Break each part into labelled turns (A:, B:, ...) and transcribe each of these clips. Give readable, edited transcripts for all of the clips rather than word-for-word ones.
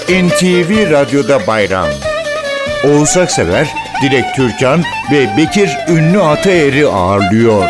A: NTV Radyo'da bayram. Oğuz Aksever, Dilek Türkan ve Bekir Ünlü Ataer'i ağırlıyor.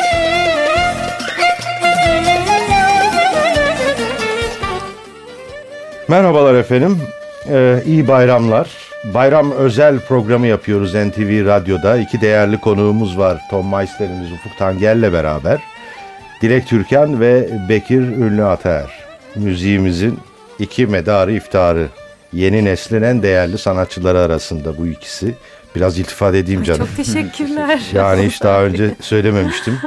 B: Merhabalar efendim, iyi bayramlar. Bayram özel programı yapıyoruz NTV Radyo'da. İki değerli konuğumuz var. Tom Meister'imiz Ufuk Tanger'le beraber. Dilek Türkan ve Bekir Ünlü Ataer. Müziğimizin iki medarı iftiharı. Yeni neslin en değerli sanatçıları arasında bu ikisi. Biraz iltifat edeyim canım.
C: Çok teşekkürler.
B: Yani hiç daha önce söylememiştim.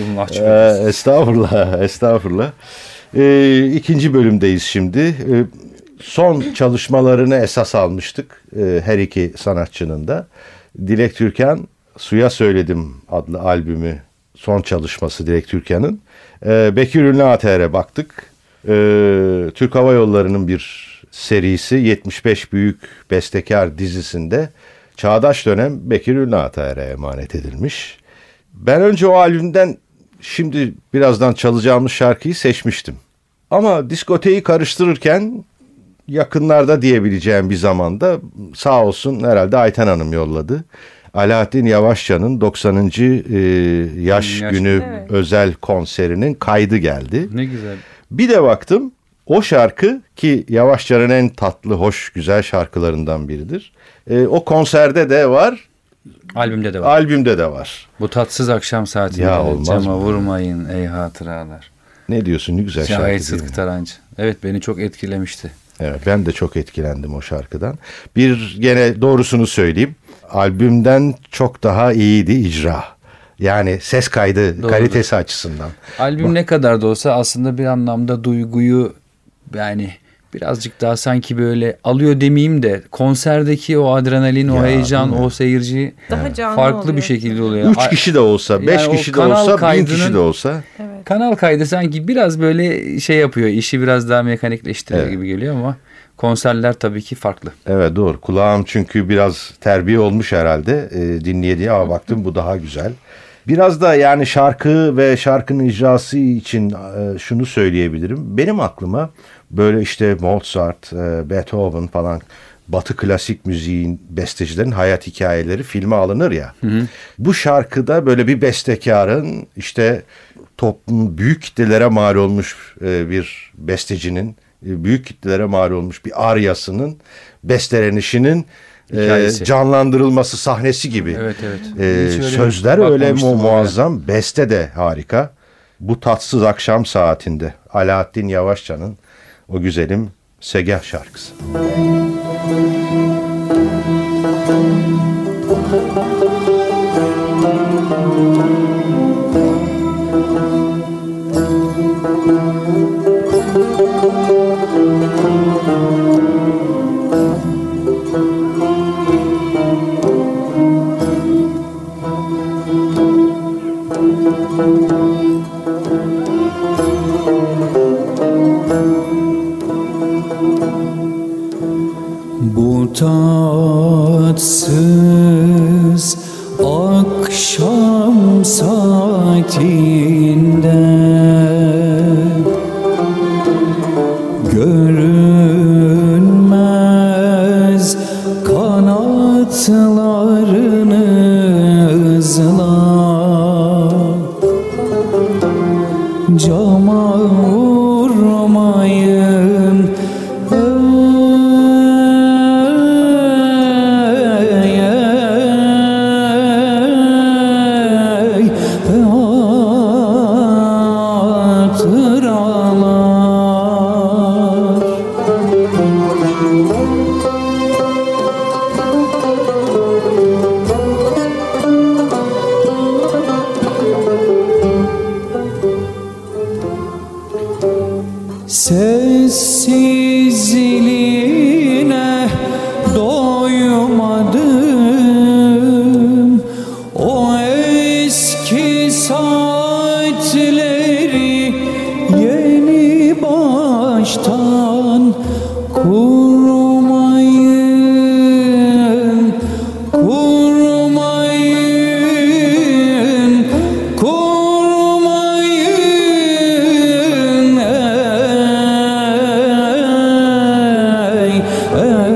B: Estağfurullah. İkinci bölümdeyiz şimdi. Son çalışmalarını esas almıştık her iki sanatçının da. Dilek Türkan, Suya Söyledim adlı albümü son çalışması Dilek Türkan'ın. Bekir Ünlü Ataer'e baktık. Türk Hava Yolları'nın bir serisi 75 Büyük Bestekar dizisinde çağdaş dönem Bekir Ünlü Ataer'e emanet edilmiş. Ben önce o albümden şimdi birazdan çalacağımız şarkıyı seçmiştim. Ama diskoteyi karıştırırken yakınlarda diyebileceğim bir zamanda sağ olsun herhalde Ayten Hanım yolladı. Alaaddin Yavaşça'nın 90. yaş günü evet, özel konserinin kaydı geldi.
D: Ne güzel.
B: Bir de baktım o şarkı ki Yavaşça'nın en tatlı, hoş, güzel şarkılarından biridir. O konserde de var. Albümde de var.
D: Bu tatsız akşam saatinde
B: ya olmaz
D: cama
B: mı?
D: Vurmayın ey hatıralar.
B: Ne diyorsun, ne güzel şarkı
D: Şahit
B: değil
D: Sıtkı
B: mi?
D: Tarancı. Evet, beni çok etkilemişti.
B: Evet, ben de çok etkilendim o şarkıdan. Gene doğrusunu söyleyeyim. Albümden çok daha iyiydi icra. Yani ses kaydı kalitesi açısından.
D: Albüm ne kadar da olsa aslında bir anlamda duyguyu yani birazcık daha sanki böyle alıyor demeyeyim de konserdeki o adrenalin, o heyecan, o seyirci
C: daha canlı
D: farklı
C: oluyor.
D: bir şekilde oluyor.
B: 3 kişi de olsa, 5
D: yani
B: kişi de olsa, 1000 kişi de olsa.
C: Evet.
D: Kanal kaydı sanki biraz böyle şey yapıyor, işi biraz daha mekanikleştiriyor gibi geliyor ama konserler tabii ki farklı.
B: Evet, doğru. Kulağım çünkü biraz terbiye olmuş herhalde. Dinleye baktım bu daha güzel. Biraz da yani şarkı ve şarkının icrası için şunu söyleyebilirim. Benim aklıma böyle işte Mozart, Beethoven falan Batı klasik müziğin bestecilerin hayat hikayeleri filme alınır ya. Hı. Bu şarkıda böyle bir bestekarın işte toplum büyük kitlelere mal olmuş bir bestecinin büyük kitlelere mal olmuş bir aryasının bestelenişinin canlandırılması sahnesi gibi.
D: Evet.
B: Sözler öyle muazzam, beste de harika. Bu tatsız akşam saatinde Alaaddin Yavaşça'nın o güzelim Segah şarkısı.
E: Bu tatsız akşam saatinde görünmez kanatlarınızla cama vurmayın sessizliğine doymadım. O eski saatleri yeni baştan kurmayın, kurmayın, kurmayın.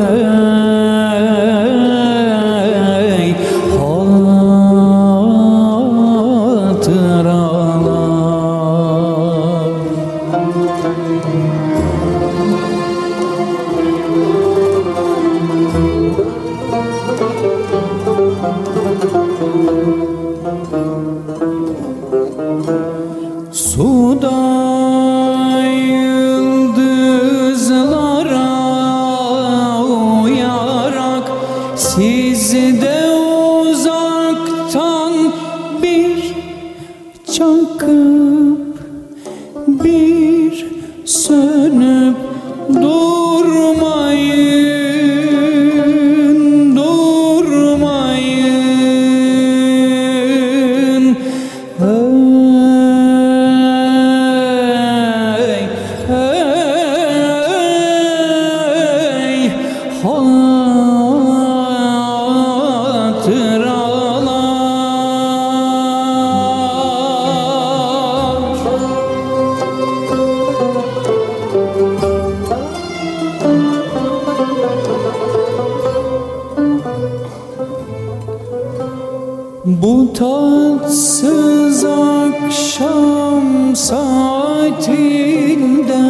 E: Bu tatsız akşam saatinde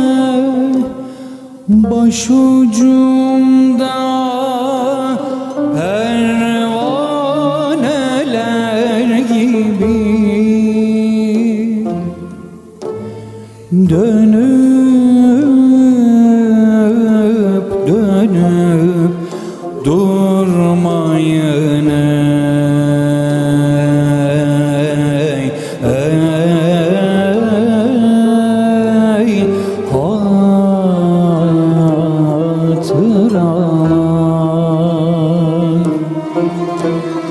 E: başucumda pervaneler gibi dönüp dönüp durmayın ey hatıralar.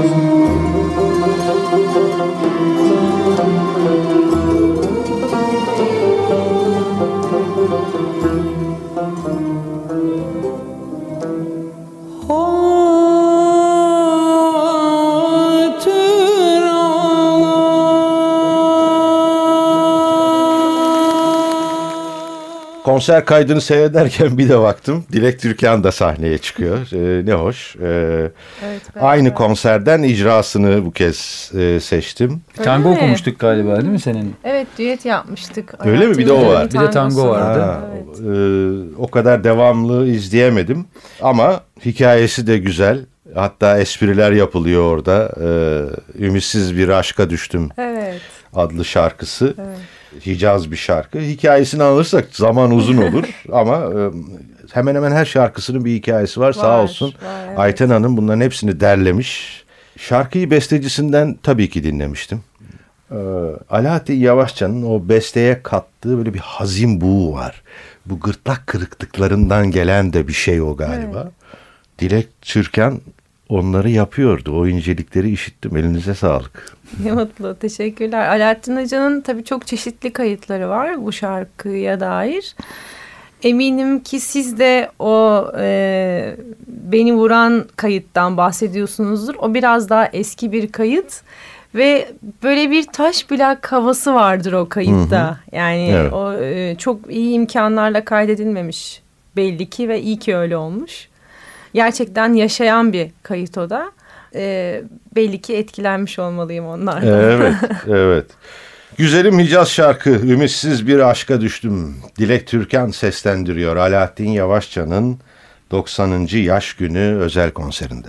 B: Konser kaydını seyrederken bir de baktım. Dilek Türkan da sahneye çıkıyor. Ne hoş. Aynı konserden icrasını bu kez seçtim.
D: Tango
C: mi?
D: okumuştuk galiba değil mi senin?
C: Evet, düet yapmıştık.
B: Öyle mi? Bir de o var.
D: Bir de tango vardı.
B: Ha,
C: Evet.
B: o kadar devamlı izleyemedim. Ama hikayesi de güzel. Hatta espriler yapılıyor orada. Ümitsiz bir aşka düştüm
C: Evet.
B: adlı şarkısı.
C: Evet.
B: Hicaz bir şarkı. Hikayesini alırsak zaman uzun olur ama hemen hemen her şarkısının bir hikayesi var. Sağ olsun.
C: Var, evet.
B: Ayten Hanım bunların hepsini derlemiş. Şarkıyı bestecisinden tabii ki dinlemiştim. Alaaddin Yavaşça'nın o besteye kattığı böyle bir hazin buğu var. Bu gırtlak kırıklıklarından gelen de bir şey o galiba.
C: Evet.
B: Dilek Türkan onları yapıyordu. O incelikleri işittim. Elinize sağlık.
C: Ne mutlu, teşekkürler. Alaaddin Hoca'nın tabii çok çeşitli kayıtları var bu şarkıya dair. Eminim ki siz de o beni vuran kayıttan bahsediyorsunuzdur. O biraz daha eski bir kayıt ve böyle bir taş plak havası vardır o kayıtta.
B: Hı hı.
C: Yani
B: Evet.
C: o çok iyi imkanlarla kaydedilmemiş belli ki ve iyi ki öyle olmuş. Gerçekten yaşayan bir kayıt o da. Belli ki etkilenmiş olmalıyım onlardan.
B: Evet, evet. Güzelim Hicaz şarkı Ümitsiz Bir Aşka Düştüm. Dilek Türkan seslendiriyor Alaaddin Yavaşça'nın 90. yaş günü özel konserinde.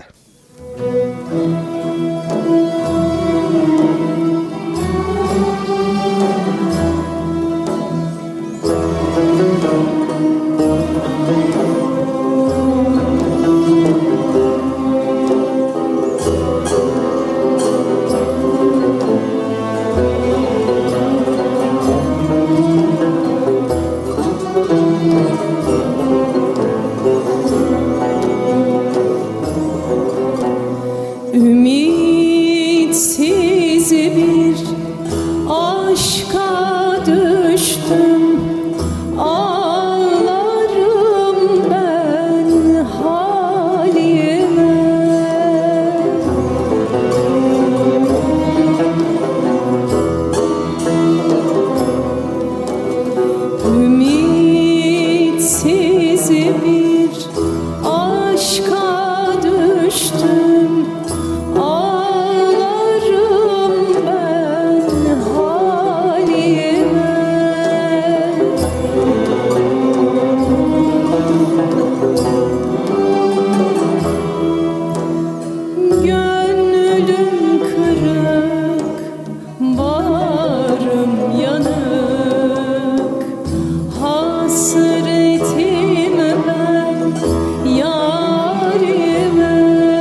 E: Ümitsiz bir aşka düştüm, ağlarım ben halime. Ümitsiz bir aşka düştüm, ağlarım ben halime. Gönlüm kırık, bağrım yanık, hasretim ben yarime.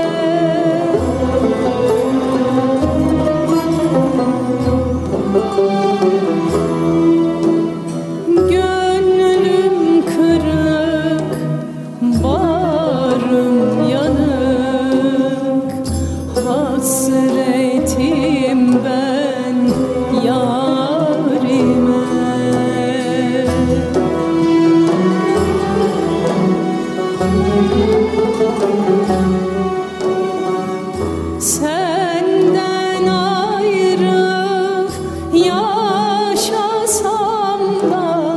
E: Gönlüm kırık, bağrım yanık, hasretim ben yarime. Senden ayrı yaşasam da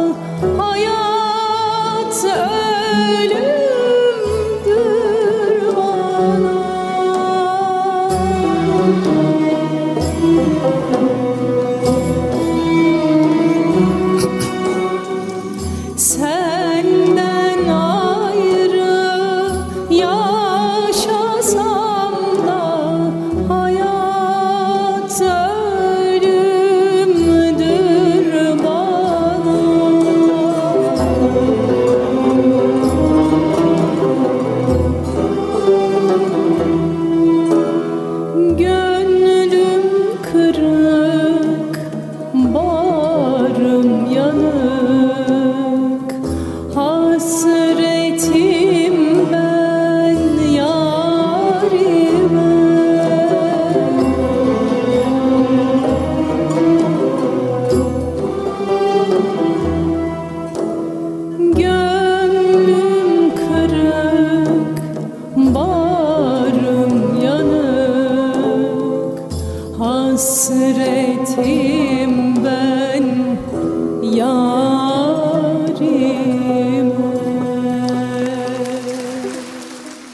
E: hayat ölümdür bana.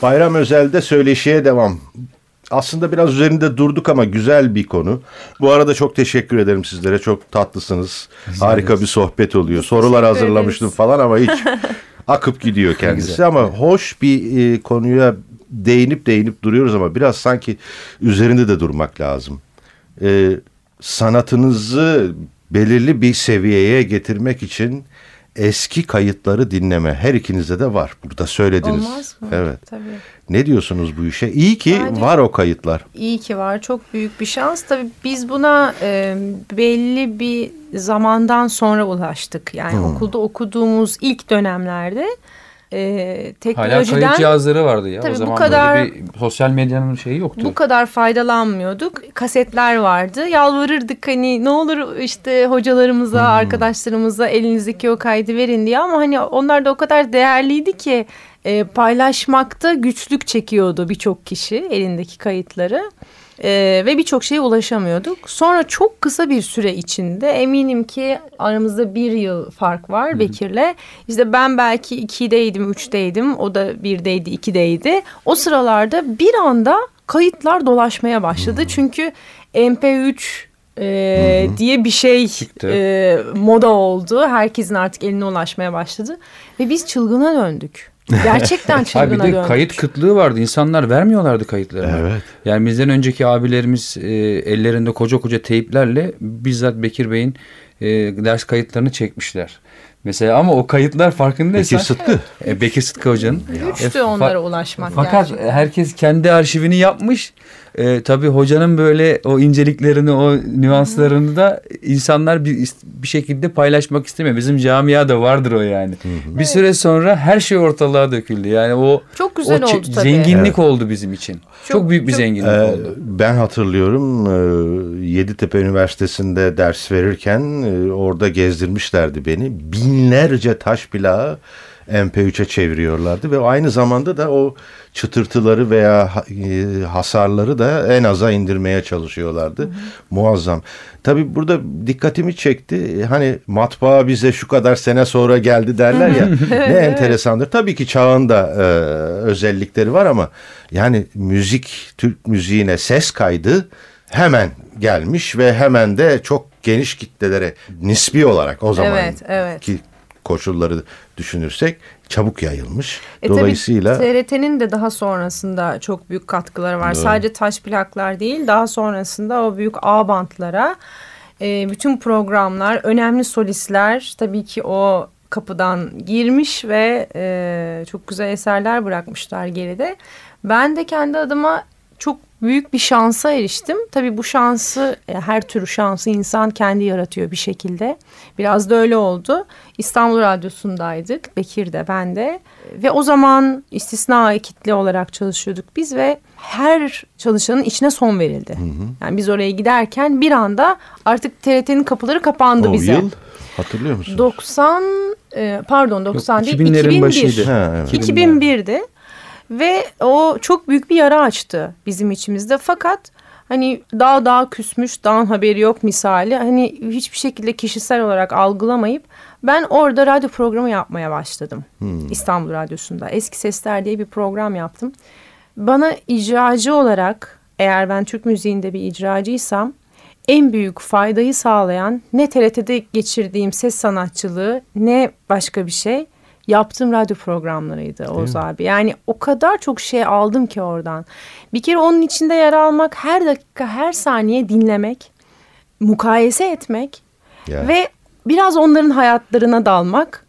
B: Bayram Özel'de söyleşiye devam. Aslında biraz üzerinde durduk ama güzel bir konu. Bu arada çok teşekkür ederim sizlere. Çok tatlısınız. Harika bir sohbet oluyor. Sorular hazırlamıştım falan ama hiç akıp gidiyor kendisi. Ama hoş bir konuya değinip duruyoruz ama biraz sanki üzerinde de durmak lazım. Sanatınızı belirli bir seviyeye getirmek için eski kayıtları dinleme her ikinizde de var. Burada söylediniz.
C: Olmaz mı?
B: Evet.
C: Tabii.
B: Ne diyorsunuz bu işe? İyi ki
C: Bence
B: var o kayıtlar.
C: İyi ki var. Çok büyük bir şans. Tabii biz buna belli bir zamandan sonra ulaştık. Yani okulda okuduğumuz ilk dönemlerde
D: Hala
C: teknolojiden
D: kayıt cihazları vardı ya.
C: Tabii
D: O zaman
C: bu kadar-
D: böyle bir sosyal medyanın şeyi yoktu.
C: bu kadar faydalanmıyorduk. Kasetler vardı. Yalvarırdık hani ne olur işte hocalarımıza, arkadaşlarımıza elinizdeki o kaydı verin diye ama hani onlar da o kadar değerliydi ki paylaşmakta güçlük çekiyordu birçok kişi elindeki kayıtları. Ve birçok şeye ulaşamıyorduk. Sonra çok kısa bir süre içinde eminim ki aramızda 1 yıl fark var Bekir'le. İşte ben belki 2'deydim, 3'teydim. O da 1'deydi, 2'deydi. O sıralarda bir anda kayıtlar dolaşmaya başladı. Çünkü MP3 diye bir şey moda oldu. Herkesin artık eline ulaşmaya başladı. Ve biz çılgına döndük. Gerçekten
D: Ha,
C: çılgına
D: bir de
C: döndük.
D: kayıt kıtlığı vardı. İnsanlar vermiyorlardı kayıtlarını.
B: Evet.
D: Yani bizden önceki abilerimiz ellerinde koca teyplerle bizzat Bekir Bey'in ders kayıtlarını çekmişler. Mesela ama o kayıtlar farkındaysan.
B: Bekir Sıtkı.
D: Bekir Sıtkı Hoca'nın.
C: Güçtü onlara ulaşmak
D: Fakat
C: gerçekten.
D: herkes kendi arşivini yapmış. Tabii hocanın böyle o inceliklerini, o nüanslarını da insanlar bir şekilde paylaşmak istemiyor. Bizim camiada vardır o yani. Bir süre sonra her şey ortalığa döküldü. Yani o
C: Çok güzel oldu tabii.
D: zenginlik oldu bizim için. Çok büyük bir zenginlik oldu.
B: Ben hatırlıyorum Yeditepe Üniversitesi'nde ders verirken orada gezdirmişlerdi beni. Binlerce taş plağı MP3'e çeviriyorlardı ve aynı zamanda da o çıtırtıları veya hasarları da en aza indirmeye çalışıyorlardı. Muazzam. Tabii burada dikkatimi çekti. Hani matbaa bize şu kadar sene sonra geldi derler ya. Ne enteresandır. Tabii ki çağın da özellikleri var ama yani müzik, Türk müziğine ses kaydı hemen gelmiş ve hemen de çok geniş kitlelere nispi olarak o zaman ki koşulları düşünürsek çabuk yayılmış. Dolayısıyla
C: TRT'nin de daha sonrasında çok büyük katkıları var.
B: Doğru.
C: Sadece taş plaklar değil, daha sonrasında o büyük ağ bantlara bütün programlar, önemli solistler tabii ki o kapıdan girmiş ve çok güzel eserler bırakmışlar geride. Ben de kendi adıma çok büyük bir şansa eriştim. Tabii bu şansı, her tür şansı insan kendi yaratıyor bir şekilde. Biraz da öyle oldu. İstanbul Radyosu'ndaydık. Bekir de, ben de. Ve o zaman istisna ekitli olarak çalışıyorduk biz ve her çalışanın içine son verildi. Yani biz oraya giderken bir anda artık TRT'nin kapıları kapandı
B: o
C: bize.
B: yıl hatırlıyor musun?
C: 90 değil,
D: 2000'lerin
C: 2001.
D: başıydı.
B: Ha, evet.
C: 2001'di. Ve o çok büyük bir yara açtı bizim içimizde. Fakat hani dağ küsmüş, dağın haberi yok misali. Hani hiçbir şekilde kişisel olarak algılamayıp ben orada radyo programı yapmaya başladım. İstanbul Radyosu'nda. Eski Sesler diye bir program yaptım. Bana icracı olarak, eğer ben Türk müziğinde bir icracıysam, en büyük faydayı sağlayan ne TRT'de geçirdiğim ses sanatçılığı ne başka bir şey, yaptığım radyo programlarıydı Oğuz abi. Yani o kadar çok şey aldım ki oradan. Bir kere onun içinde yer almak, her dakika, her saniye dinlemek, mukayese etmek ve biraz onların hayatlarına dalmak.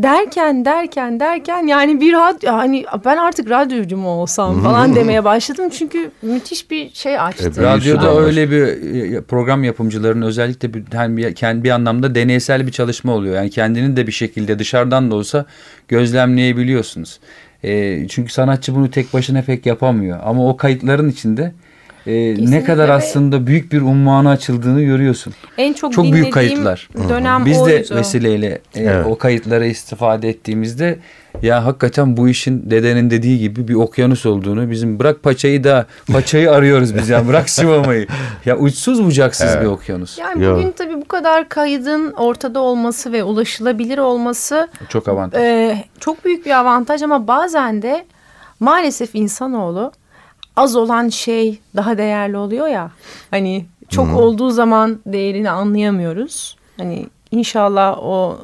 C: Derken yani bir radyo, hani ben artık radyocu mu olsam falan demeye başladım. Çünkü müthiş bir şey açtı.
D: Radyoda öyle bir program yapımcılarının özellikle bir anlamda deneysel bir çalışma oluyor. Yani kendini de bir şekilde dışarıdan da olsa gözlemleyebiliyorsunuz. Çünkü sanatçı bunu tek başına pek yapamıyor. Ama o kayıtların içinde ne kadar aslında büyük bir ummanı açıldığını görüyorsun.
C: En çok
D: büyük
C: dinlediğim
D: kayıtlar.
C: dönem
D: Biz
C: oydu.
D: de vesileyle o kayıtlara istifade ettiğimizde ya hakikaten bu işin dedenin dediği gibi bir okyanus olduğunu, bizim bırak paçayı arıyoruz biz ya, bırak simamayı. Ya uçsuz bucaksız bir okyanus.
C: Yani bugün tabii bu kadar kaydın ortada olması ve ulaşılabilir olması
D: Çok avantaj.
C: çok büyük bir avantaj ama bazen de maalesef insanoğlu az olan şey daha değerli oluyor ya. Hani çok olduğu zaman değerini anlayamıyoruz. Hani inşallah o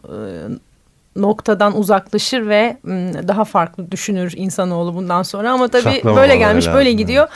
C: noktadan uzaklaşır ve daha farklı düşünür insanoğlu bundan sonra. Ama tabii
B: Saklamamaları
C: böyle gelmiş böyle
B: lazım,
C: gidiyor.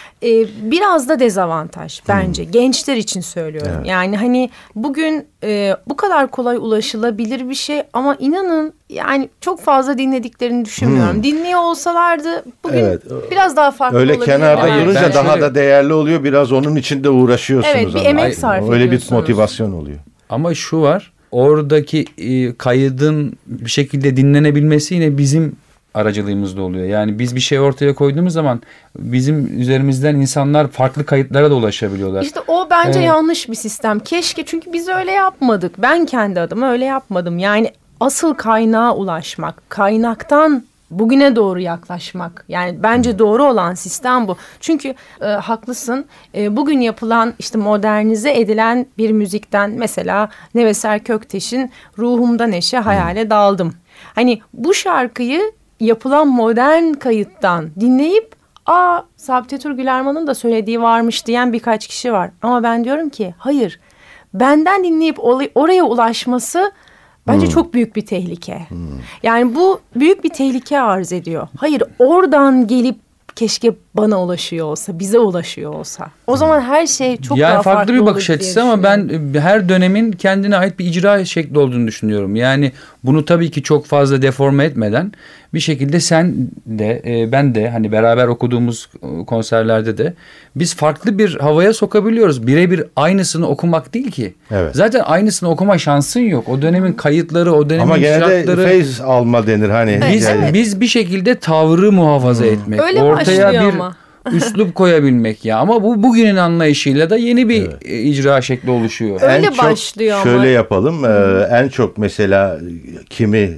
C: Biraz da dezavantaj bence. Gençler için söylüyorum.
B: Evet.
C: Yani hani bugün bu kadar kolay ulaşılabilir bir şey ama inanın yani çok fazla dinlediklerini düşünmüyorum. Dinliyor olsalardı bugün
B: Evet.
C: biraz daha farklı
B: Öyle
C: olabilir.
B: kenarda
D: Hayır,
B: durunca
D: ben
B: daha
D: şöyle-
B: da değerli oluyor. Biraz onun için de uğraşıyorsunuz.
C: Evet, bir
B: ama.
C: emek sarf
B: Öyle bir
C: ediyorsunuz.
B: motivasyon oluyor.
D: Ama şu var, oradaki kaydın bir şekilde dinlenebilmesi yine bizim aracılığımızda oluyor. Yani biz bir şey ortaya koyduğumuz zaman bizim üzerimizden insanlar farklı kayıtlara da ulaşabiliyorlar.
C: İşte o bence
D: Evet.
C: yanlış bir sistem. Keşke, çünkü biz öyle yapmadık. Ben kendi adıma öyle yapmadım. Yani asıl kaynağa ulaşmak, kaynaktan bugüne doğru yaklaşmak. Yani bence doğru olan sistem bu. Çünkü haklısın. Bugün yapılan işte modernize edilen bir müzikten, mesela Neveser Kökteş'in Ruhumda Neşe Hayale Daldım. Hani bu şarkıyı yapılan modern kayıttan dinleyip Sabit Tür Gülerman'ın da söylediği varmış diyen birkaç kişi var. Ama ben diyorum ki hayır. Benden dinleyip oraya ulaşması bence çok büyük bir tehlike. Yani bu büyük bir tehlike arz ediyor. Hayır, oradan gelip keşke bana ulaşıyor olsa, bize ulaşıyor olsa. O zaman her şey çok
D: yani
C: daha
D: farklı bir
C: olur
D: bakış
C: diye
D: açısı ama
C: düşünüyorum.
D: ben her dönemin kendine ait bir icra şekli olduğunu düşünüyorum. Yani bunu tabii ki çok fazla deforme etmeden bir şekilde sen de ben de hani beraber okuduğumuz konserlerde de biz farklı bir havaya sokabiliyoruz. Birebir aynısını okumak değil ki.
B: Evet.
D: Zaten aynısını okuma şansın yok. O dönemin kayıtları, o dönemin
B: Ama gene de
D: şartları.
B: feyz alma denir hani.
D: Biz bir şekilde tavrı muhafaza etmek.
C: Öyle
D: ortaya
C: başlıyor
D: bir
C: ama.
D: üslup koyabilmek ya. Ama bu bugünün anlayışıyla da yeni bir icra şekli oluşuyor.
C: Öyle
B: En çok
C: başlıyor ama.
B: şöyle yapalım. En çok mesela kimi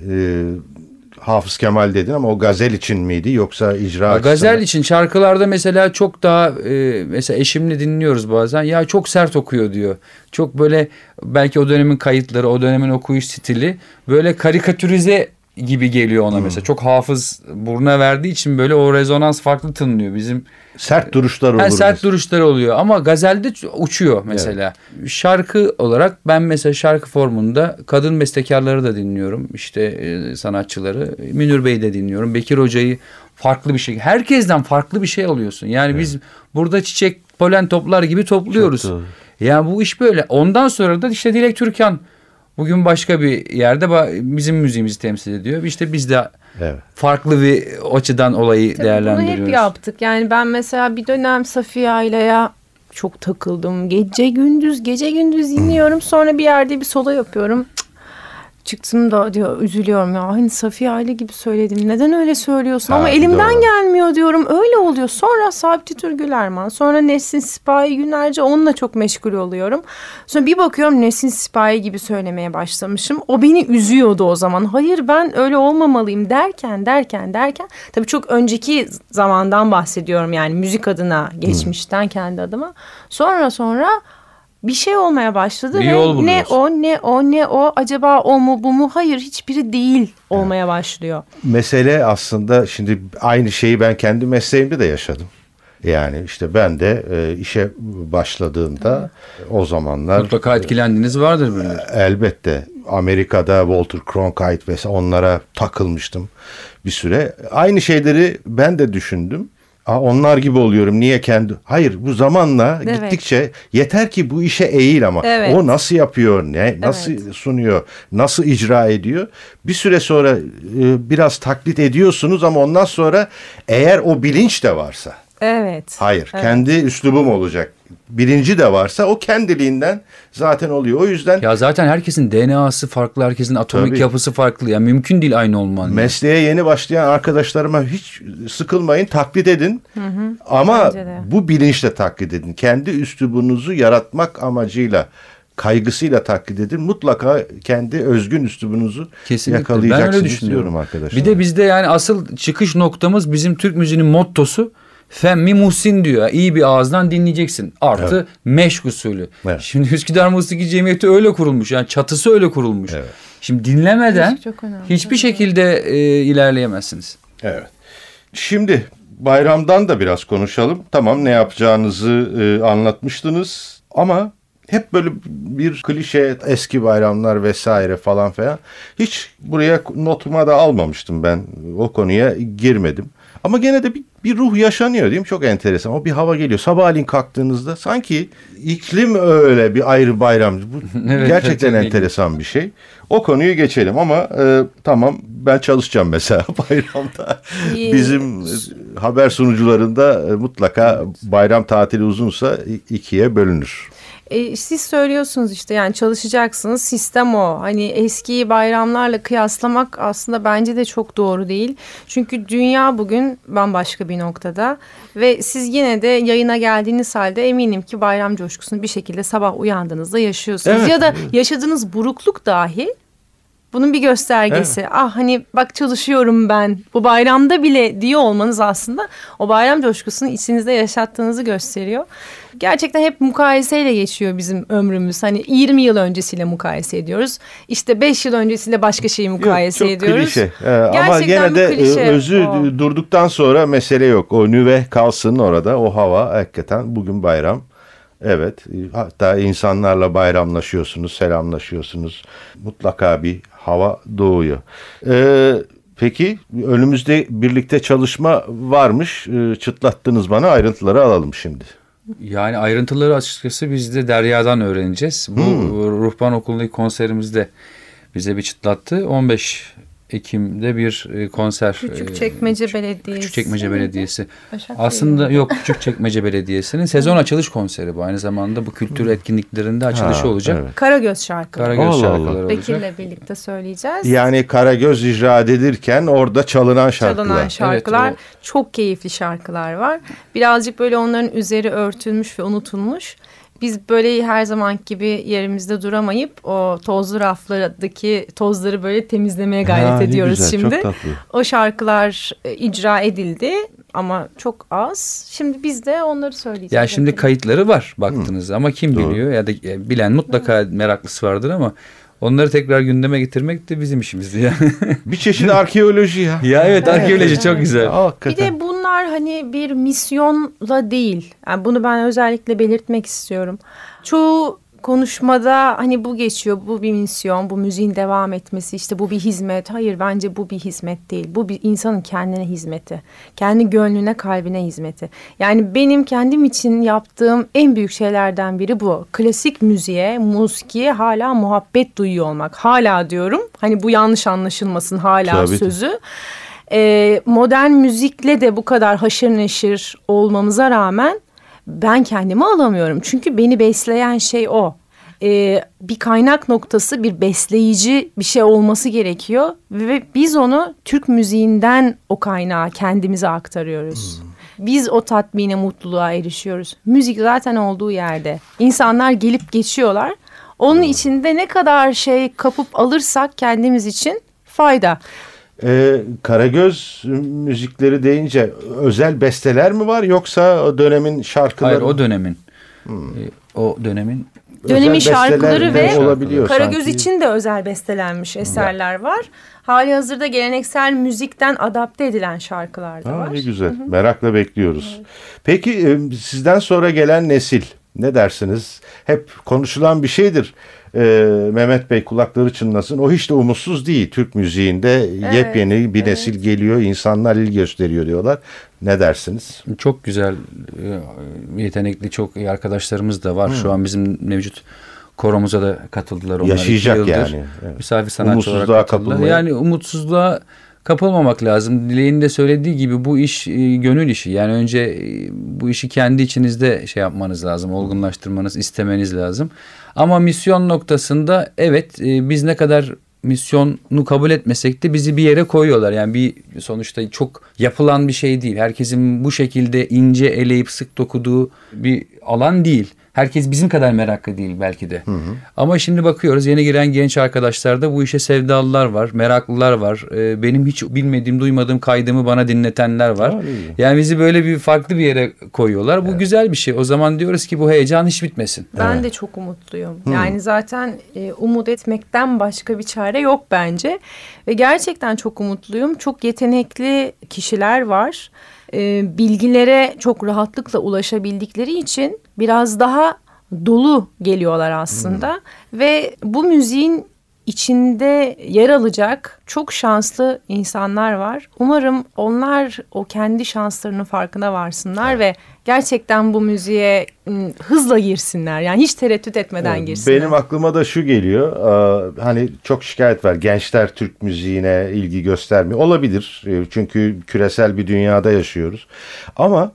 B: Hafız Kemal dedin ama o gazel için miydi yoksa icra açısından?
D: Gazel için şarkılarda mesela çok daha mesela eşimle dinliyoruz bazen. Ya çok sert okuyor diyor. Çok böyle belki o dönemin kayıtları, o dönemin okuyuş stili böyle karikatürize gibi geliyor ona mesela. Çok Hafız buruna verdiği için böyle o rezonans farklı tınlıyor. Bizim
B: Sert duruşlar olur.
D: sert duruşlar oluyor ama gazelde uçuyor mesela. Şarkı olarak ben mesela şarkı formunda kadın bestekarları da dinliyorum. İşte sanatçıları. Münir Bey'i de dinliyorum. Bekir Hoca'yı farklı bir şey. Herkesten farklı bir şey alıyorsun. Yani biz burada çiçek, polen toplar gibi topluyoruz.
B: Çok doğru.
D: Yani bu iş böyle. Ondan sonra da işte Dilek Türkan bugün başka bir yerde bizim müziğimizi temsil ediyor. İşte biz de
B: Evet.
D: farklı bir açıdan olayı
C: Tabii
D: değerlendiriyoruz.
C: bunu hep yaptık. Yani ben mesela bir dönem Safiye Ayla'ya çok takıldım. Gece gündüz dinliyorum. Sonra bir yerde bir solo yapıyorum. Çıktım da diyor üzülüyorum ya. Hani Safiye Ayla gibi söyledim. Neden öyle söylüyorsun? Ama elimden
B: doğru.
C: gelmiyor diyorum. Öyle oluyor. Sonra Sabit Tür Gülerman. Sonra Nesin Sipahi, günlerce onunla çok meşgul oluyorum. Sonra bir bakıyorum Nesin Sipahi gibi söylemeye başlamışım. O beni üzüyordu o zaman. Hayır, ben öyle olmamalıyım derken. Tabii çok önceki zamandan bahsediyorum. Yani müzik adına, geçmişten kendi adıma. Sonra bir şey olmaya başladı
D: Bir
C: ve
D: yol
C: ne
D: buluyorsun.
C: o acaba o mu bu mu? Hayır, hiçbiri değil olmaya başlıyor.
B: Mesele aslında şimdi aynı şeyi ben kendi mesleğimde de yaşadım. Yani işte ben de işe başladığımda o zamanlar
D: Mutlaka etkilendiğiniz vardır böyle.
B: elbette Amerika'da Walter Cronkite vesaire onlara takılmıştım bir süre. Aynı şeyleri ben de düşündüm. Onlar gibi oluyorum. Niye kendi? Hayır, bu zamanla
C: Evet.
B: gittikçe yeter ki bu işe eğil ama.
C: Evet.
B: O nasıl yapıyor? Nasıl sunuyor? Nasıl icra ediyor? Bir süre sonra biraz taklit ediyorsunuz ama ondan sonra eğer o bilinç de varsa.
C: Evet.
B: Hayır,
C: Evet.
B: kendi üslubum olacak. Bilinci de varsa o kendiliğinden zaten oluyor. O yüzden
D: Ya zaten herkesin DNA'sı farklı, herkesin atomik
B: Tabii.
D: yapısı farklı. Ya mümkün değil aynı olman.
B: mesleğe yeni başlayan arkadaşlarıma hiç sıkılmayın, taklit edin. Ama
C: Bence de.
B: bu bilinçle taklit edin. Kendi üslubunuzu yaratmak amacıyla, kaygısıyla taklit edin. Mutlaka kendi özgün üslubunuzu
D: Kesinlikle.
B: yakalayacaksınız
D: Ben öyle düşünüyorum
B: diyorum arkadaşlar.
D: Bir de bizde yani asıl çıkış noktamız bizim Türk müziğinin mottosu Femmi Muhsin diyor. İyi bir ağızdan dinleyeceksin. Artı meşk usulü.
B: Evet.
D: Şimdi Üsküdar Musiki Cemiyeti öyle kurulmuş. Yani çatısı öyle kurulmuş.
B: Evet.
D: Şimdi dinlemeden
C: Çok önemli.
D: hiçbir şekilde ilerleyemezsiniz.
B: Evet. Şimdi bayramdan da biraz konuşalım. Tamam, ne yapacağınızı anlatmıştınız ama hep böyle bir klişe, eski bayramlar vesaire falan filan. Hiç buraya notuma da almamıştım ben. O konuya girmedim. Ama gene de bir ruh yaşanıyor değil mi? Çok enteresan. O bir hava geliyor. Sabahleyin kalktığınızda sanki iklim öyle bir ayrı bayram. Bu
D: Evet,
B: gerçekten
D: çok
B: enteresan bir şey. O konuyu geçelim ama tamam, ben çalışacağım mesela bayramda. Bizim haber sunucularında mutlaka bayram tatili uzunsa ikiye bölünür.
C: Siz söylüyorsunuz işte, yani çalışacaksınız, sistem o. Hani eski bayramlarla kıyaslamak aslında bence de çok doğru değil. Çünkü dünya bugün bambaşka bir noktada ve siz yine de yayına geldiğiniz halde eminim ki bayram coşkusunu bir şekilde sabah uyandığınızda yaşıyorsunuz.
B: Evet.
C: Ya da yaşadığınız burukluk dahi bunun bir göstergesi. Evet. Ah, hani bak çalışıyorum ben bu bayramda bile diyor olmanız aslında o bayram coşkusunu içinizde yaşattığınızı gösteriyor. Gerçekten hep mukayeseyle geçiyor bizim ömrümüz. Hani 20 yıl öncesiyle mukayese ediyoruz. İşte 5 yıl öncesiyle başka şeyi mukayese ediyoruz.
B: Klişe. Ama gene de özü durduktan sonra mesele yok. O nüve kalsın orada, o hava hakikaten bugün bayram. Evet, hatta insanlarla bayramlaşıyorsunuz, selamlaşıyorsunuz. Mutlaka bir hava doğuyor. Peki önümüzde birlikte çalışma varmış. Çıtlattınız bana, ayrıntıları alalım şimdi.
D: Yani ayrıntıları açıkçası biz de Derya'dan öğreneceğiz. Bu Ruhban Okulu'ndaki konserimizde bize bir çıtlattı. 15 Ekim'de bir konser.
C: Küçükçekmece Belediyesi.
D: Küçükçekmece Belediyesi. Aslında yok, Küçükçekmece Belediyesi'nin sezon açılış konseri bu. Aynı zamanda bu kültür etkinliklerinde açılışı olacak.
B: Evet.
C: Karagöz şarkıları.
B: Allah
D: Şarkıları olacak.
C: Bekir'le birlikte söyleyeceğiz.
B: Yani Karagöz icra edilirken orada çalınan şarkılar.
C: Çalınan şarkılar.
D: Evet,
C: çok keyifli şarkılar var. Birazcık böyle onların üzeri örtülmüş ve unutulmuş. Biz böyle her zaman gibi yerimizde duramayıp o tozlu raflardaki tozları böyle temizlemeye gayret ediyoruz
B: güzel,
C: şimdi.
B: çok tatlı.
C: O şarkılar icra edildi ama çok az. Şimdi biz de onları söyleyeceğiz.
D: Ya şimdi kayıtları var baktınız ama kim biliyor ya da bilen mutlaka meraklısı vardır ama onları tekrar gündeme getirmek de bizim işimizdi yani.
B: Bir çeşit arkeoloji ya.
D: Ya evet, arkeoloji çok güzel.
C: Bir de bunlar hani bir misyonla değil. Yani bunu ben özellikle belirtmek istiyorum. Çoğu konuşmada hani bu geçiyor, bu bir misyon, bu müziğin devam etmesi, işte bu bir hizmet. Hayır, bence bu bir hizmet değil. Bu bir insanın kendine hizmeti. Kendi gönlüne, kalbine hizmeti. Yani benim kendim için yaptığım en büyük şeylerden biri bu. Klasik müziğe, musikiye hala muhabbet duyuyor olmak. Hala diyorum. Hani bu yanlış anlaşılmasın, hala
B: Tabii.
C: sözü. Modern müzikle de bu kadar haşır neşir olmamıza rağmen ben kendimi alamıyorum. Çünkü beni besleyen şey o. Bir kaynak noktası, bir besleyici bir şey olması gerekiyor. Ve biz onu Türk müziğinden o kaynağı kendimize aktarıyoruz. Biz o tatmine, mutluluğa erişiyoruz. Müzik zaten olduğu yerde. İnsanlar gelip geçiyorlar. Onun içinde ne kadar şey kapıp alırsak kendimiz için fayda.
B: Karagöz müzikleri deyince özel besteler mi var yoksa o dönemin şarkıları?
D: Hayır, o dönemin. O dönemin
C: Dönemin
B: özel
C: şarkıları
B: besteler
C: ve
B: olabiliyor
C: Karagöz
B: sanki.
C: için de özel bestelenmiş eserler var. Hali hazırda geleneksel müzikten adapte edilen şarkılar da var.
B: Ne güzel. Merakla bekliyoruz. Evet. Peki sizden sonra gelen nesil ne dersiniz? Hep konuşulan bir şeydir. Mehmet Bey kulakları çınlasın. O hiç de umutsuz değil. Türk müziğinde yepyeni bir nesil geliyor. İnsanlar ilgi gösteriyor diyorlar. Ne dersiniz?
D: çok güzel, yetenekli çok iyi arkadaşlarımız da var. Şu an bizim mevcut koromuza da katıldılar. Onlar
B: yaşayacak yani.
D: Evet. Misafir sanatçı olarak katıldılar. Yani umutsuzluğa kapılmamak lazım. Dileğin de söylediği gibi bu iş gönül işi. Yani önce bu işi kendi içinizde şey yapmanız lazım. Olgunlaştırmanız, istemeniz lazım. Ama misyon noktasında evet, biz ne kadar misyonu kabul etmesek de bizi bir yere koyuyorlar. Yani bir sonuçta çok yapılan bir şey değil. Herkesin bu şekilde ince eleyip sık dokuduğu bir alan değil. Herkes bizim kadar meraklı değil belki de. Ama şimdi bakıyoruz yeni giren genç arkadaşlarda bu işe sevdalılar var, meraklılar var. Benim hiç bilmediğim, duymadığım kaydımı bana dinletenler var. Yani bizi böyle bir farklı bir yere koyuyorlar. Bu güzel bir şey. O zaman diyoruz ki bu heyecan hiç bitmesin.
C: Ben de çok umutluyum. Yani zaten umut etmekten başka bir çare yok bence. Ve gerçekten çok umutluyum. Çok yetenekli kişiler var. Bilgilere çok rahatlıkla ulaşabildikleri için biraz daha dolu geliyorlar aslında. Ve bu müziğin içinde yer alacak çok şanslı insanlar var. Umarım onlar o kendi şanslarının farkına varsınlar ve gerçekten bu müziğe hızla girsinler. Yani hiç tereddüt etmeden girsinler.
B: Benim aklıma da şu geliyor. Hani çok şikayet var. Gençler Türk müziğine ilgi göstermiyor. Olabilir. Çünkü küresel bir dünyada yaşıyoruz. Ama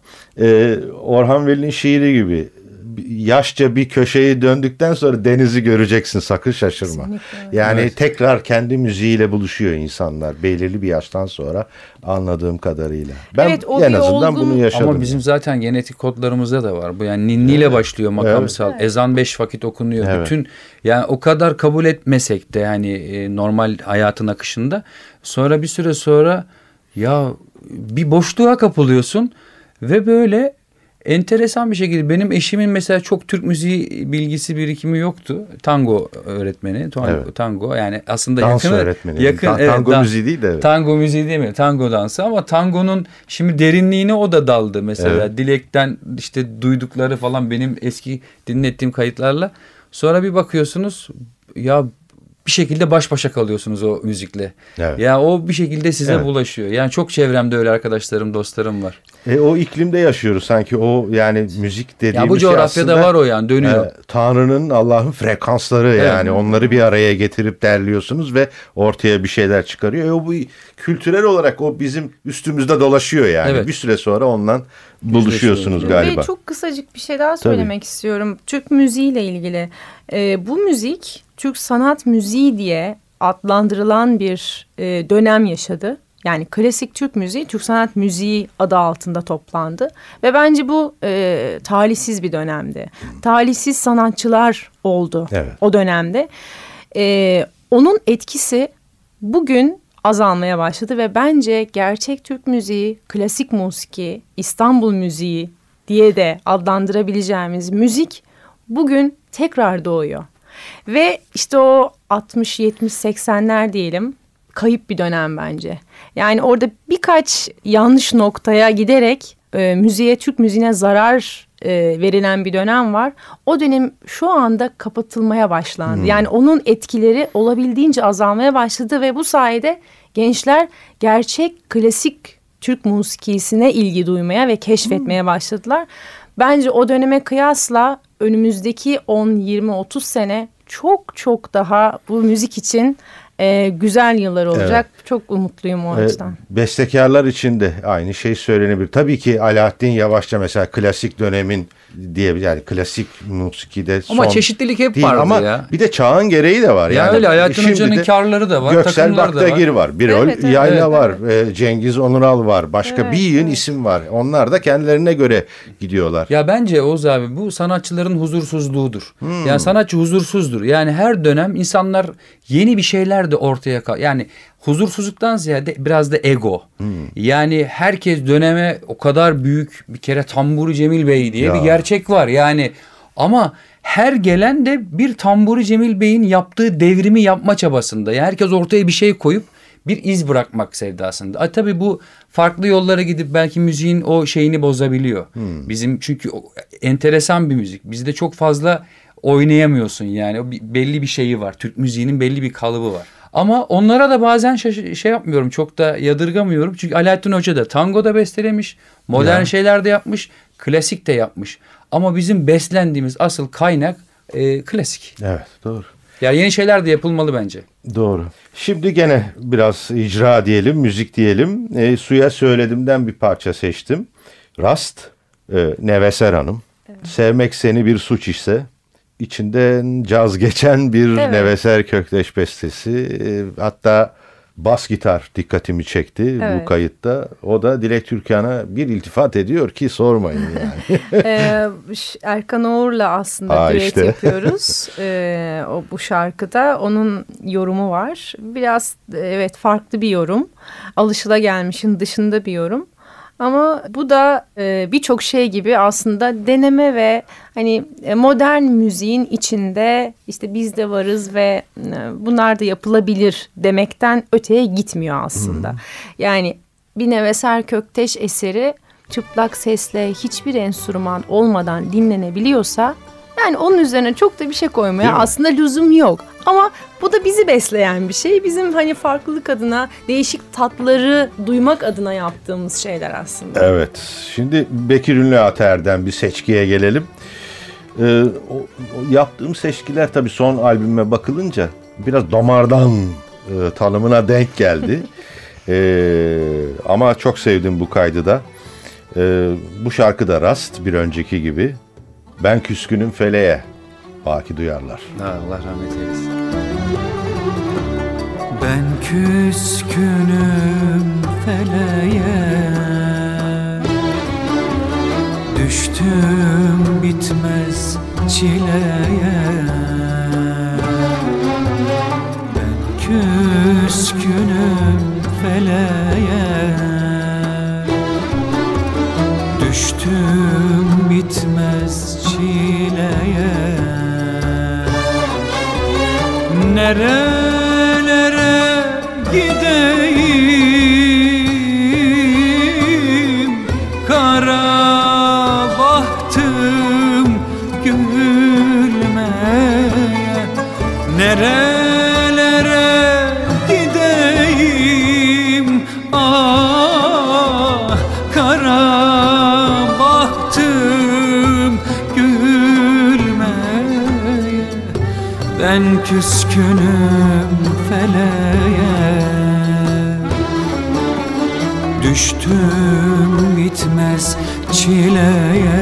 B: Orhan Veli'nin şiiri gibi yaşça bir köşeyi döndükten sonra denizi göreceksin, sakın şaşırma.
C: Kesinlikle.
B: Yani tekrar kendi müziğiyle buluşuyor insanlar belirli bir yaştan sonra, anladığım kadarıyla. Ben
C: Evet, o
B: en
C: bir
B: azından
C: olgun-
B: bunu yaşadım.
D: Ama bizim zaten genetik kodlarımızda da var. Bu yani ninniyle başlıyor makamsal. Ezan 5 vakit okunuyor.
B: Evet.
D: Bütün yani o kadar kabul etmesek de hani normal hayatın akışında sonra bir süre sonra ya bir boşluğa kapılıyorsun ve böyle enteresan bir şekilde benim eşimin mesela çok Türk müziği bilgisi birikimi yoktu. Tango öğretmeni, tango yani aslında
B: dans
D: yakın
B: öğretmeni. Tango müziği değil de. Evet.
D: Tango müziği değil mi? Tango dansı ama tangonun şimdi derinliğine o da daldı mesela.
B: Evet.
D: Dilekten işte duydukları falan benim eski dinlettiğim kayıtlarla. Sonra bir bakıyorsunuz ya bir şekilde baş başa kalıyorsunuz o müzikle.
B: Evet.
D: Ya o bir şekilde size bulaşıyor. Yani çok çevremde öyle arkadaşlarım, dostlarım var.
B: O iklimde yaşıyoruz sanki, o yani müzik dediğimiz
D: Ya bu
B: şey
D: coğrafyada
B: aslında,
D: var o yani dönüyor.
B: Tanrı'nın, Allah'ın frekansları yani onları bir araya getirip derliyorsunuz ve ortaya bir şeyler çıkarıyor. O bu kültürel olarak o bizim üstümüzde dolaşıyor yani.
D: Evet.
B: Bir süre sonra ondan buluşuyorsunuz galiba.
C: Ve çok kısacık bir şey daha söylemek istiyorum. Türk müziğiyle ilgili. Bu müzik Türk sanat müziği diye adlandırılan bir dönem yaşadı. Yani klasik Türk müziği, Türk sanat müziği adı altında toplandı. Ve bence bu talihsiz bir dönemdi. Talihsiz sanatçılar oldu o dönemde. Onun etkisi bugün azalmaya başladı ve bence gerçek Türk müziği, klasik musiki, İstanbul müziği diye de adlandırabileceğimiz müzik bugün tekrar doğuyor. Ve işte o 60, 70, 80'ler diyelim, kayıp bir dönem bence. Yani orada birkaç yanlış noktaya giderek müziğe, Türk müziğine zarar verilen bir dönem var. O dönem şu anda kapatılmaya başlandı. Yani onun etkileri olabildiğince azalmaya başladı ve bu sayede gençler gerçek klasik Türk musikisine ilgi duymaya ve keşfetmeye başladılar. Bence o döneme kıyasla önümüzdeki 10, 20, 30 sene çok çok daha bu müzik için güzel yıllar olacak. Evet. Çok umutluyum o açıdan.
B: Bestekarlar için de aynı şey söylenebilir. Tabii ki Alaaddin Yavaşça mesela klasik dönemin diyebilir. Yani klasik musikide son.
D: Ama çeşitlilik hep
B: değil,
D: vardı
B: ama
D: ya.
B: Bir de çağın gereği de var.
D: Ya
B: yani
D: öyle Alaaddin Hoca'nın karları da var.
B: Göksel Baktagir var. Birol Yayla var. Cengiz Onural var. Başka bir yığın isim var. Onlar da kendilerine göre gidiyorlar.
D: Ya bence Oğuz abi bu sanatçıların huzursuzluğudur. Yani sanatçı huzursuzdur. Yani her dönem insanlar yeni bir şeyler de ortaya yani huzursuzluktan ziyade biraz da ego. Yani herkes döneme o kadar büyük bir kere Tamburi Cemil Bey diye bir gerçek var. Yani ama her gelen de bir Tamburi Cemil Bey'in yaptığı devrimi yapma çabasında. Yani herkes ortaya bir şey koyup bir iz bırakmak sevdasında. Tabii bu farklı yollara gidip belki müziğin o şeyini bozabiliyor. Bizim çünkü enteresan bir müzik. Bizde çok fazla oynayamıyorsun yani. O belli bir şeyi var. Türk müziğinin belli bir kalıbı var. Ama onlara da bazen şey yapmıyorum, çok da yadırgamıyorum. Çünkü Alaaddin Hoca da tango da bestelemiş, modern şeyler de yapmış, klasik de yapmış. Ama bizim beslendiğimiz asıl kaynak klasik.
B: Evet, doğru.
D: Ya yeni şeyler de yapılmalı bence.
B: Doğru. Şimdi gene biraz icra diyelim, müzik diyelim. Suya Söyledim'den bir parça seçtim. Rast, Neveser Hanım. Evet. Sevmek seni bir suç ise... İçinden caz geçen bir Neveser Kökteş bestesi. Hatta bas gitar dikkatimi çekti
C: Evet.
B: bu kayıtta. O da Dilek Türkan'a bir iltifat ediyor ki sormayın yani.
C: Erkan Oğur'la aslında düet
B: işte.
C: yapıyoruz. Bu şarkıda onun yorumu var. Biraz evet farklı bir yorum. Alışılagelmişin dışında bir yorum. Ama bu da birçok şey gibi aslında deneme ve hani modern müziğin içinde işte biz de varız ve bunlar da yapılabilir demekten öteye gitmiyor aslında. Yani bir Neves Erkökteş eseri çıplak sesle hiçbir enstrüman olmadan dinlenebiliyorsa yani onun üzerine çok da bir şey koymaya aslında lüzum yok. Ama bu da bizi besleyen bir şey. Bizim hani farklılık adına, değişik tatları duymak adına yaptığımız şeyler aslında.
B: Evet. Şimdi Bekir Ünlü Ater'den bir seçkiye gelelim. O yaptığım seçkiler tabii son albüme bakılınca biraz damardan tanımına denk geldi. Ama çok sevdim bu kaydı da. Bu şarkı da rast bir önceki gibi. Ben küskünüm feleğe. Baki Duyarlar.
D: Allah rahmet eylesin.
F: Ben küskünüm feleğe, düştüm bitmez çileye. Ben küskünüm feleğe, düştüm bitmez çileye. Nerelere gideyim, kara bahtım gülmeye. Nerelere gideyim, ah kara bahtım gülmeye. Ben küskünüm feleğe, düştüm bitmez çileye.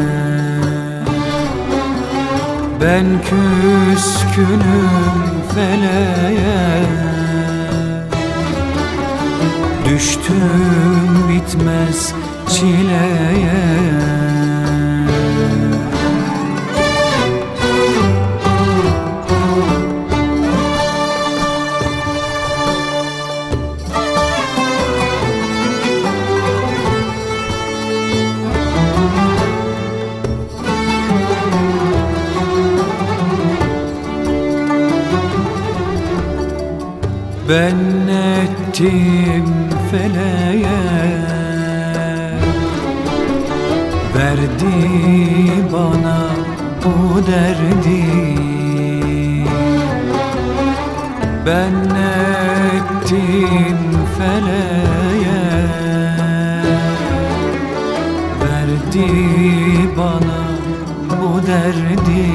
F: Ben küskünüm feleğe, düştüm bitmez çileye. Ben ettim feleğe, verdi bana bu derdi. Ben ettim feleğe, verdi bana bu derdi.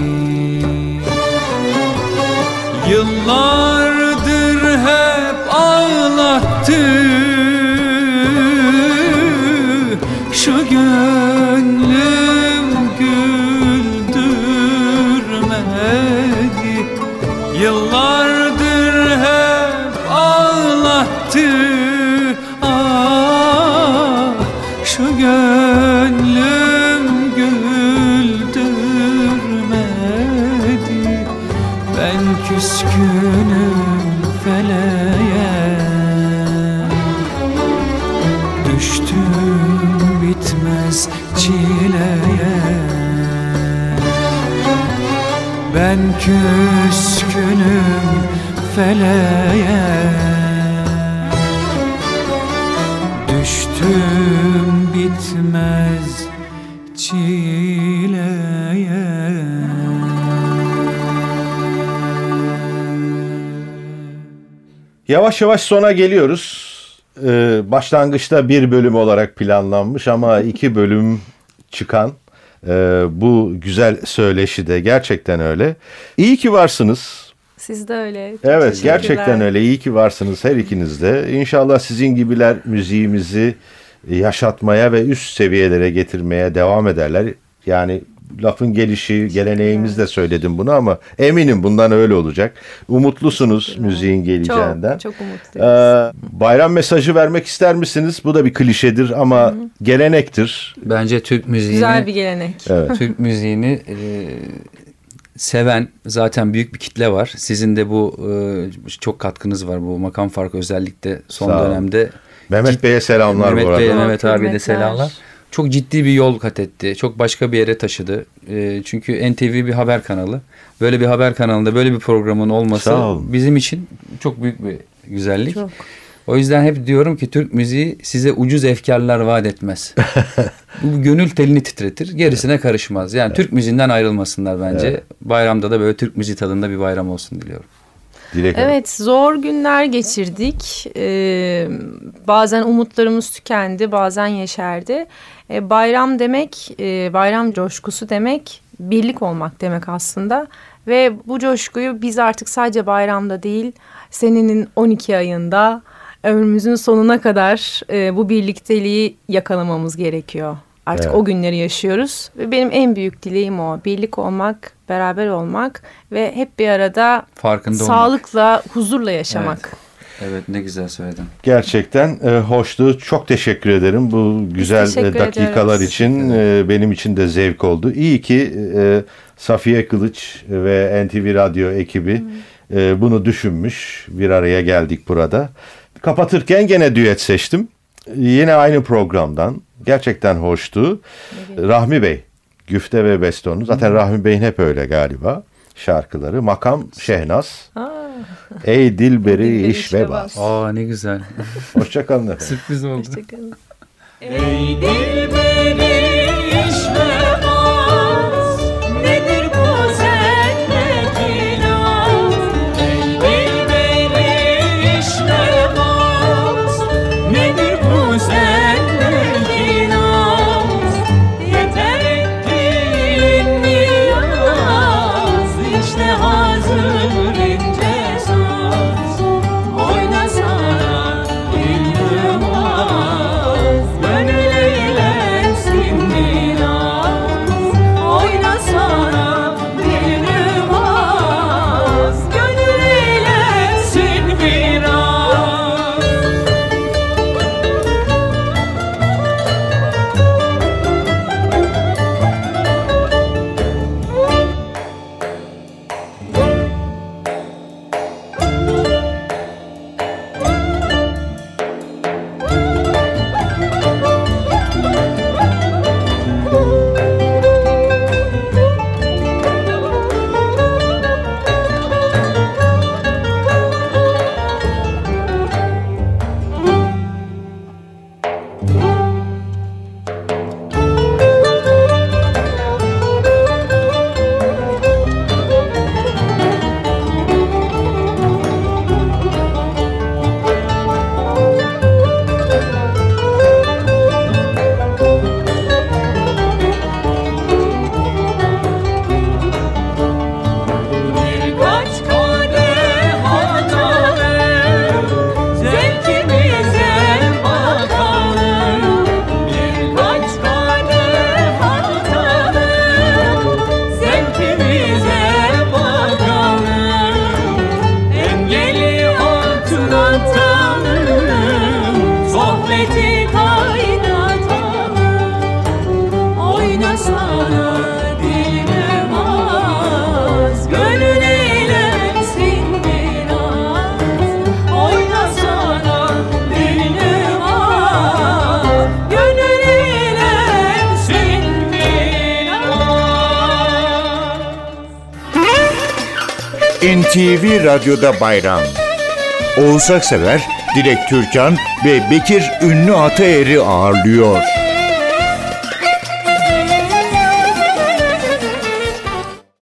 F: Yıllardır hep ağlattı şu gönlüm güldürmedi. Yıllardır hep ağlattı, ah şu gönlüm güldürmedi. Ben küskünüm feleğe, düştüm bitmez çileye. Ben küskünüm feleğe, düştüm bitmez çileye.
B: Yavaş yavaş sona geliyoruz. Başlangıçta bir bölüm olarak planlanmış ama 2 bölüm çıkan bu güzel söyleşi de gerçekten öyle. İyi ki varsınız.
C: Siz de öyle. Çok
B: Evet,
C: teşekkürler.
B: gerçekten öyle. İyi ki varsınız her ikiniz de. İnşallah sizin gibiler müziğimizi yaşatmaya ve üst seviyelere getirmeye devam ederler. Yani lafın gelişi, geleneğimizde söyledim bunu ama eminim bundan öyle olacak. Umutlusunuz müziğin geleceğinden.
C: Çok umutluyuz.
B: Bayram mesajı vermek ister misiniz? Bu da bir klişedir ama gelenektir.
D: Bence Türk müziğini,
C: Güzel bir gelenek.
B: Evet.
D: Türk müziğini seven zaten büyük bir kitle var. Sizin de bu çok katkınız var bu makam farkı özellikle son
B: Sağ olun.
D: dönemde.
B: Mehmet Bey'e selamlar
D: Mehmet
B: bu arada.
D: Bey'e, Mehmet abiye de
C: Hürmetler.
D: selamlar. Çok ciddi bir yol kat etti. Çok başka bir yere taşıdı. Çünkü NTV bir haber kanalı. Böyle bir haber kanalında böyle bir programın olması
B: Sağ olun.
D: bizim için çok büyük bir güzellik.
C: Çok.
D: O yüzden hep diyorum ki Türk müziği size ucuz efkarlar vaat etmez. Bu gönül telini titretir. Gerisine karışmaz. Yani Türk müziğinden ayrılmasınlar bence.
B: Evet.
D: Bayramda da böyle Türk müziği tadında bir bayram olsun diliyorum.
B: Dilek Hanım.
C: Evet, zor günler geçirdik. Bazen umutlarımız tükendi, bazen yeşerdi. Bayram demek, bayram coşkusu demek, birlik olmak demek aslında. Ve bu coşkuyu biz artık sadece bayramda değil, senenin 12 ayında ömrümüzün sonuna kadar bu birlikteliği yakalamamız gerekiyor. Artık
B: Evet.
C: o günleri yaşıyoruz ve benim en büyük dileğim o. Birlik olmak, beraber olmak ve hep bir arada
D: Farkında olmak.
C: sağlıkla, huzurla yaşamak.
D: Evet, ne güzel söyledin.
B: Gerçekten hoştu. Çok teşekkür ederim bu güzel
C: teşekkür
B: dakikalar
C: ediyoruz.
B: için. Benim için de zevk oldu. İyi ki Safiye Kılıç ve NTV Radyo ekibi bunu düşünmüş. Bir araya geldik burada. Kapatırken gene düet seçtim. Yine aynı programdan. Gerçekten hoştu. Rahmi Bey, güfte ve bestonu. Zaten Rahmi Bey'in hep öyle galiba şarkıları. Makam Şehnaz. Ey Dilberi iş ve bas.
D: Aa, ne güzel.
B: Hoşçakalın efendim.
D: Sürpriz oldu.
C: Hoşçakalın.
E: Ey dilberi işlemez, nedir bu sendeki naz? Ey dilberi işlemez, nedir bu sendeki naz? Yeter ettiğin niyaz, işte hazır ince saz. Oynasana ilmaz, gönül eğlensin biraz. Oynasana ilmaz, gönül eğlensin biraz. Birkaç kadeh atalım, zevkimize bakalım. Birkaç kadeh atalım, zevkimize bakalım. Engeli atlatalım, sohbeti kaynatalım. Oynasana dilmaz, gönül eğlensin biraz. Oynasana dilmaz, gönül eğlensin biraz.
A: NTV Radyo'da bayram. Oğuz Aksever, Dilek Türkan ve Bekir Ünlü Ataer'i ağırlıyor.